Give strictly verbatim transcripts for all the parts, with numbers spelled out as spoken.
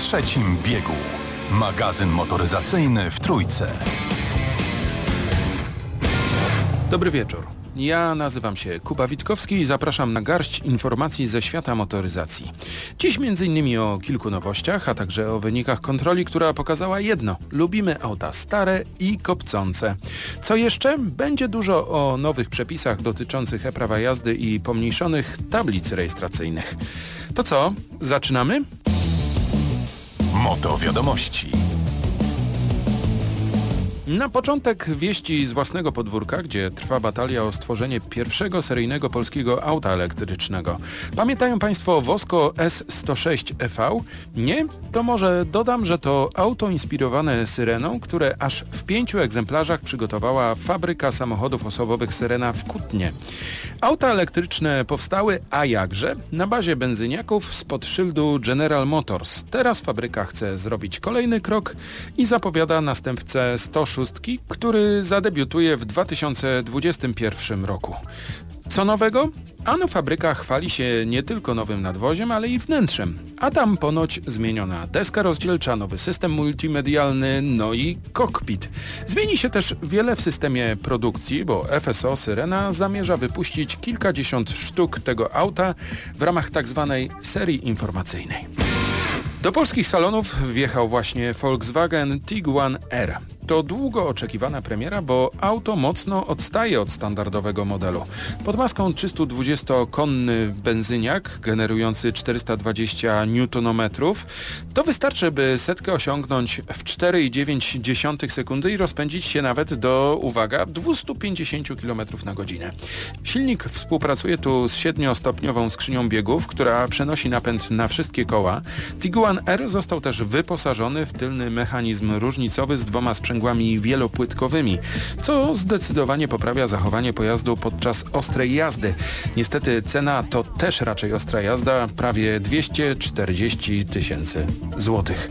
trzecim biegu. Magazyn motoryzacyjny w Trójce. Dobry wieczór. Ja nazywam się Kuba Witkowski i zapraszam na garść informacji ze świata motoryzacji. Dziś między innymi o kilku nowościach, a także o wynikach kontroli, która pokazała jedno. Lubimy auta stare i kopcące. Co jeszcze? Będzie dużo o nowych przepisach dotyczących e-prawa jazdy i pomniejszonych tablic rejestracyjnych. To co? Zaczynamy? Moto wiadomości. Na początek wieści z własnego podwórka, gdzie trwa batalia o stworzenie pierwszego seryjnego polskiego auta elektrycznego. Pamiętają Państwo Wosko S sto sześć E V? Nie? To może dodam, że to auto inspirowane Syreną, które aż w pięciu egzemplarzach przygotowała fabryka samochodów osobowych Syrena w Kutnie. Auta elektryczne powstały, a jakże, na bazie benzyniaków spod szyldu General Motors. Teraz fabryka chce zrobić kolejny krok i zapowiada następcę sto sześć, który zadebiutuje w dwa tysiące dwudziestym pierwszym roku. Co nowego? Ano fabryka chwali się nie tylko nowym nadwoziem, ale i wnętrzem. A tam ponoć zmieniona deska rozdzielcza, nowy system multimedialny, no i kokpit. Zmieni się też wiele w systemie produkcji, bo F S O Syrena zamierza wypuścić kilkadziesiąt sztuk tego auta w ramach tzw. serii informacyjnej. Do polskich salonów wjechał właśnie Volkswagen Tiguan R. To długo oczekiwana premiera, bo auto mocno odstaje od standardowego modelu. Pod maską trzystudwudziestokonny benzyniak generujący czterysta dwadzieścia niutonometrów to wystarczy, by setkę osiągnąć w cztery i dziewięć dziesiątych sekundy i rozpędzić się nawet do, uwaga, dwieście pięćdziesiąt kilometrów na godzinę. Silnik współpracuje tu z siedmiostopniową skrzynią biegów, która przenosi napęd na wszystkie koła. Tiguan R został też wyposażony w tylny mechanizm różnicowy z dwoma sprzęgłami wielopłytkowymi, co zdecydowanie poprawia zachowanie pojazdu podczas ostrej jazdy. Niestety cena to też raczej ostra jazda, prawie dwieście czterdzieści tysięcy złotych.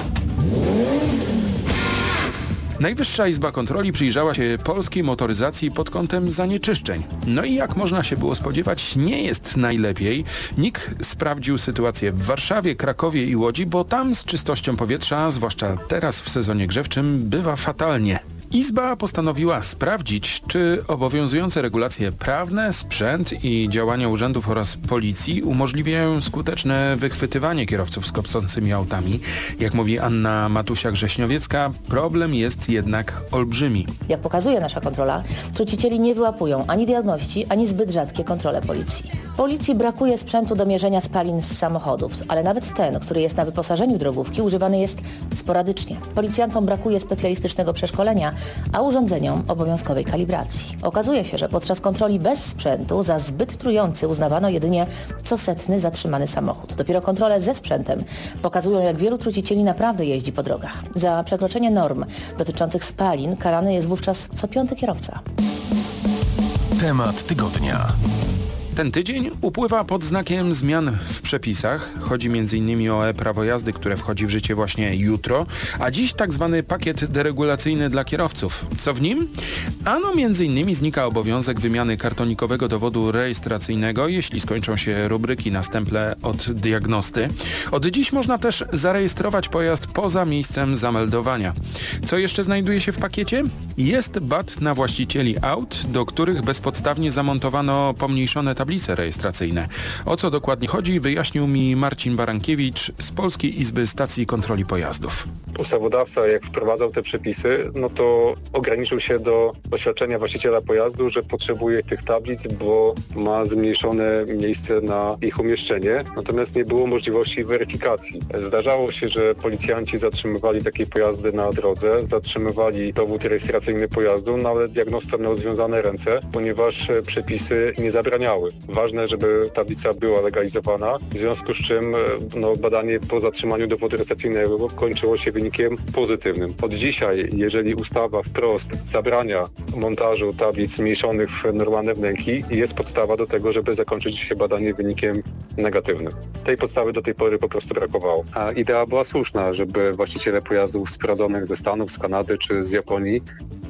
Najwyższa Izba Kontroli przyjrzała się polskiej motoryzacji pod kątem zanieczyszczeń. No i jak można się było spodziewać, nie jest najlepiej. N I K sprawdził sytuację w Warszawie, Krakowie i Łodzi, bo tam z czystością powietrza, zwłaszcza teraz w sezonie grzewczym, bywa fatalnie. Izba postanowiła sprawdzić, czy obowiązujące regulacje prawne, sprzęt i działania urzędów oraz policji umożliwiają skuteczne wychwytywanie kierowców z kopcącymi autami. Jak mówi Anna Matusiak-Rześniowiecka, problem jest jednak olbrzymi. Jak pokazuje nasza kontrola, trucicieli nie wyłapują ani diagności, ani zbyt rzadkie kontrole policji. Policji brakuje sprzętu do mierzenia spalin z samochodów, ale nawet ten, który jest na wyposażeniu drogówki, używany jest sporadycznie. Policjantom brakuje specjalistycznego przeszkolenia, a urządzeniom obowiązkowej kalibracji. Okazuje się, że podczas kontroli bez sprzętu za zbyt trujący uznawano jedynie co setny zatrzymany samochód. Dopiero kontrole ze sprzętem pokazują, jak wielu trucicieli naprawdę jeździ po drogach. Za przekroczenie norm dotyczących spalin karany jest wówczas co piąty kierowca. Temat tygodnia. Ten tydzień upływa pod znakiem zmian w przepisach. Chodzi między innymi o e-prawo jazdy, które wchodzi w życie właśnie jutro, a dziś tak zwany pakiet deregulacyjny dla kierowców. Co w nim? Ano między innymi znika obowiązek wymiany kartonikowego dowodu rejestracyjnego, jeśli skończą się rubryki następne od diagnosty. Od dziś można też zarejestrować pojazd poza miejscem zameldowania. Co jeszcze znajduje się w pakiecie? Jest bat na właścicieli aut, do których bezpodstawnie zamontowano pomniejszone tablice rejestracyjne. O co dokładnie chodzi, wyjaśnił mi Marcin Barankiewicz z Polskiej Izby Stacji Kontroli Pojazdów. Ustawodawca, jak wprowadzał te przepisy, no to ograniczył się do oświadczenia właściciela pojazdu, że potrzebuje tych tablic, bo ma zmniejszone miejsce na ich umieszczenie, natomiast nie było możliwości weryfikacji. Zdarzało się, że policjanci zatrzymywali takie pojazdy na drodze, zatrzymywali dowód rejestracyjny pojazdu, no ale diagnosta miał związane ręce, ponieważ przepisy nie zabraniały. Ważne, żeby tablica była legalizowana, w związku z czym no, badanie po zatrzymaniu dowodu rejestracyjnego kończyło się wynikiem pozytywnym. Od dzisiaj, jeżeli ustawa wprost zabrania montażu tablic zmniejszonych w normalne wnęki, jest podstawa do tego, żeby zakończyć się badanie wynikiem negatywnym. Tej podstawy do tej pory po prostu brakowało. A idea była słuszna, żeby właściciele pojazdów sprowadzonych ze Stanów, z Kanady czy z Japonii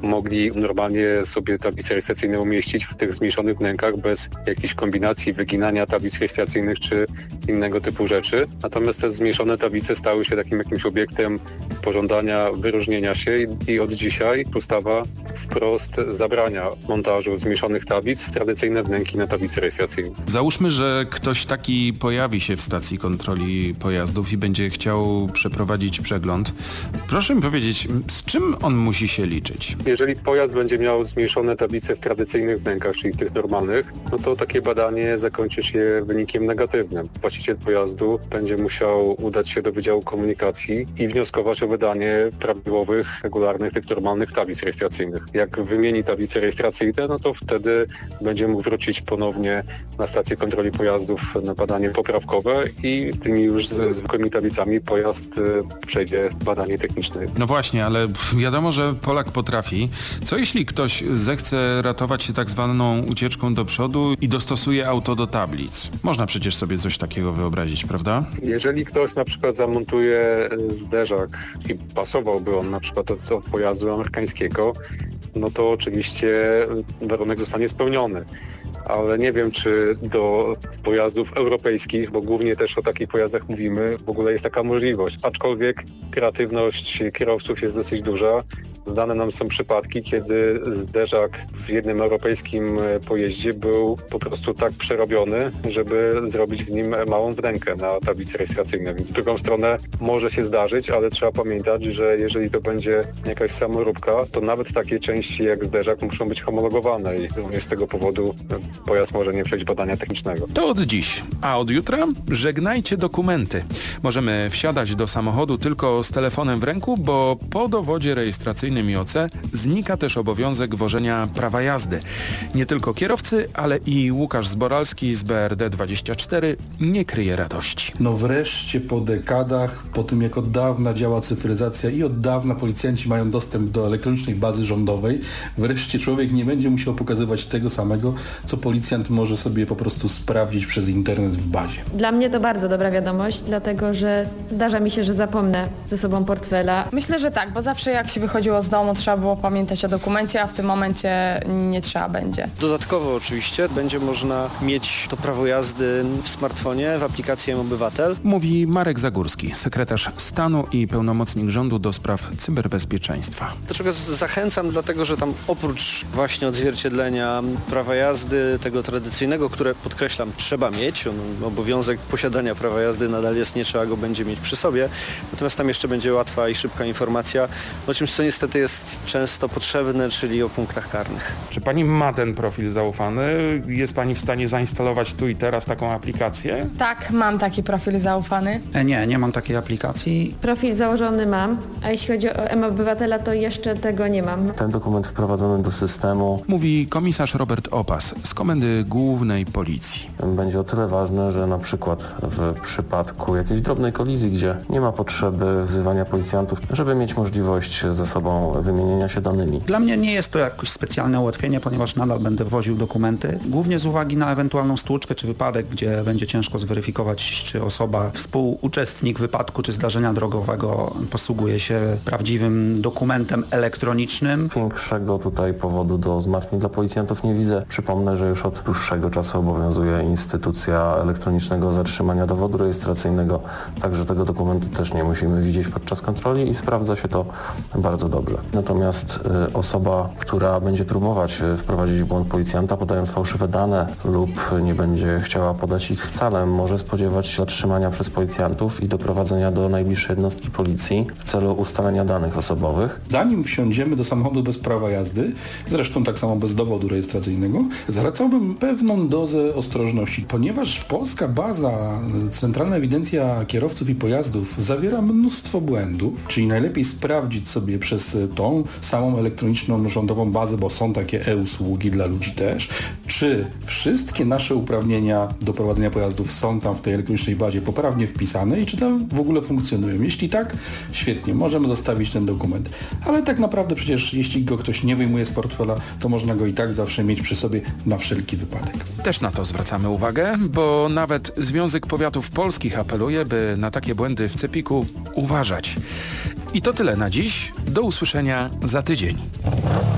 mogli normalnie sobie tablice rejestracyjne umieścić w tych zmniejszonych wnękach bez jakichś kombinacji, wyginania tablic rejestracyjnych czy innego typu rzeczy. Natomiast te zmniejszone tablice stały się takim jakimś obiektem pożądania, wyróżnienia się i, i od dzisiaj ustawa wprost zabrania montażu zmniejszonych tablic w tradycyjne wnęki na tablicy rejestracyjnej. Załóżmy, że ktoś taki pojawi się w stacji kontroli pojazdów i będzie chciał przeprowadzić przegląd. Proszę mi powiedzieć, z czym on musi się liczyć? Jeżeli pojazd będzie miał zmniejszone tablice w tradycyjnych wnękach, czyli tych normalnych, no to takie badanie zakończy się wynikiem negatywnym. Właściciel pojazdu będzie musiał udać się do Wydziału Komunikacji i wnioskować o wydanie prawidłowych, regularnych, tych normalnych tablic rejestracyjnych. Jak wymieni tablice rejestracyjne, no to wtedy będzie mógł wrócić ponownie na stację kontroli pojazdów na badanie poprawkowe i tymi już z zwykłymi tablicami pojazd y, przejdzie badanie techniczne. No właśnie, ale wiadomo, że Polak potrafi. Co jeśli ktoś zechce ratować się tak zwaną ucieczką do przodu i dostosuje auto do tablic? Można przecież sobie coś takiego wyobrazić, prawda? Jeżeli ktoś na przykład zamontuje zderzak i pasowałby on na przykład do, do pojazdu amerykańskiego, no to oczywiście warunek zostanie spełniony. Ale nie wiem, czy do pojazdów europejskich, bo głównie też o takich pojazdach mówimy, w ogóle jest taka możliwość. Aczkolwiek kreatywność kierowców jest dosyć duża. Znane nam są przypadki, kiedy zderzak w jednym europejskim pojeździe był po prostu tak przerobiony, żeby zrobić w nim małą wnękę na tablicy rejestracyjnej. Więc w drugą stronę może się zdarzyć, ale trzeba pamiętać, że jeżeli to będzie jakaś samoróbka, to nawet takie części jak zderzak muszą być homologowane i również z tego powodu pojazd może nie przejść badania technicznego. To od dziś, a od jutra żegnajcie dokumenty. Możemy wsiadać do samochodu tylko z telefonem w ręku, bo po dowodzie rejestracyjnym I O C znika też obowiązek wożenia prawa jazdy. Nie tylko kierowcy, ale i Łukasz Zboralski z B R D dwadzieścia cztery nie kryje radości. No wreszcie po dekadach, po tym jak od dawna działa cyfryzacja i od dawna policjanci mają dostęp do elektronicznej bazy rządowej, wreszcie człowiek nie będzie musiał pokazywać tego samego, co policjant może sobie po prostu sprawdzić przez internet w bazie. Dla mnie to bardzo dobra wiadomość, dlatego że zdarza mi się, że zapomnę ze sobą portfela. Myślę, że tak, bo zawsze jak się wychodziło z domu, trzeba było pamiętać o dokumencie, a w tym momencie nie trzeba będzie. Dodatkowo oczywiście będzie można mieć to prawo jazdy w smartfonie, w aplikacji M-Obywatel. Mówi Marek Zagórski, sekretarz stanu i pełnomocnik rządu do spraw cyberbezpieczeństwa. Dlaczego zachęcam? Dlatego, że tam oprócz właśnie odzwierciedlenia prawa jazdy, tego tradycyjnego, które podkreślam, trzeba mieć, on, obowiązek posiadania prawa jazdy nadal jest, nie trzeba go będzie mieć przy sobie, natomiast tam jeszcze będzie łatwa i szybka informacja o czymś, co niestety jest często potrzebne, czyli o punktach karnych. Czy pani ma ten profil zaufany? Jest pani w stanie zainstalować tu i teraz taką aplikację? Tak, mam taki profil zaufany. Nie, nie mam takiej aplikacji. Profil założony mam, a jeśli chodzi o M-Obywatela, to jeszcze tego nie mam. Ten dokument wprowadzony do systemu, mówi komisarz Robert Opas z Komendy Głównej Policji. Będzie o tyle ważny, że na przykład w przypadku jakiejś drobnej kolizji, gdzie nie ma potrzeby wzywania policjantów, żeby mieć możliwość ze sobą wymienienia się danymi. Dla mnie nie jest to jakieś specjalne ułatwienie, ponieważ nadal będę woził dokumenty, głównie z uwagi na ewentualną stłuczkę czy wypadek, gdzie będzie ciężko zweryfikować, czy osoba, współuczestnik wypadku czy zdarzenia drogowego posługuje się prawdziwym dokumentem elektronicznym. Większego tutaj powodu do zmartwień dla policjantów nie widzę. Przypomnę, że już od dłuższego czasu obowiązuje instytucja elektronicznego zatrzymania dowodu rejestracyjnego, także tego dokumentu też nie musimy widzieć podczas kontroli i sprawdza się to bardzo dobrze. Natomiast y, osoba, która będzie próbować y, wprowadzić w błąd policjanta, podając fałszywe dane lub nie będzie chciała podać ich wcale, może spodziewać się zatrzymania przez policjantów i doprowadzenia do najbliższej jednostki policji w celu ustalenia danych osobowych. Zanim wsiądziemy do samochodu bez prawa jazdy, zresztą tak samo bez dowodu rejestracyjnego, zalecałbym pewną dozę ostrożności, ponieważ polska baza, Centralna Ewidencja Kierowców i Pojazdów zawiera mnóstwo błędów, czyli najlepiej sprawdzić sobie przez tą samą elektroniczną rządową bazę, bo są takie e-usługi dla ludzi też, czy wszystkie nasze uprawnienia do prowadzenia pojazdów są tam w tej elektronicznej bazie poprawnie wpisane i czy tam w ogóle funkcjonują. Jeśli tak, świetnie, możemy zostawić ten dokument. Ale tak naprawdę przecież jeśli go ktoś nie wyjmuje z portfela, to można go i tak zawsze mieć przy sobie na wszelki wypadek. Też na to zwracamy uwagę, bo nawet Związek Powiatów Polskich apeluje, by na takie błędy w cepiku uważać. I to tyle na dziś. Do usłyszenia za tydzień.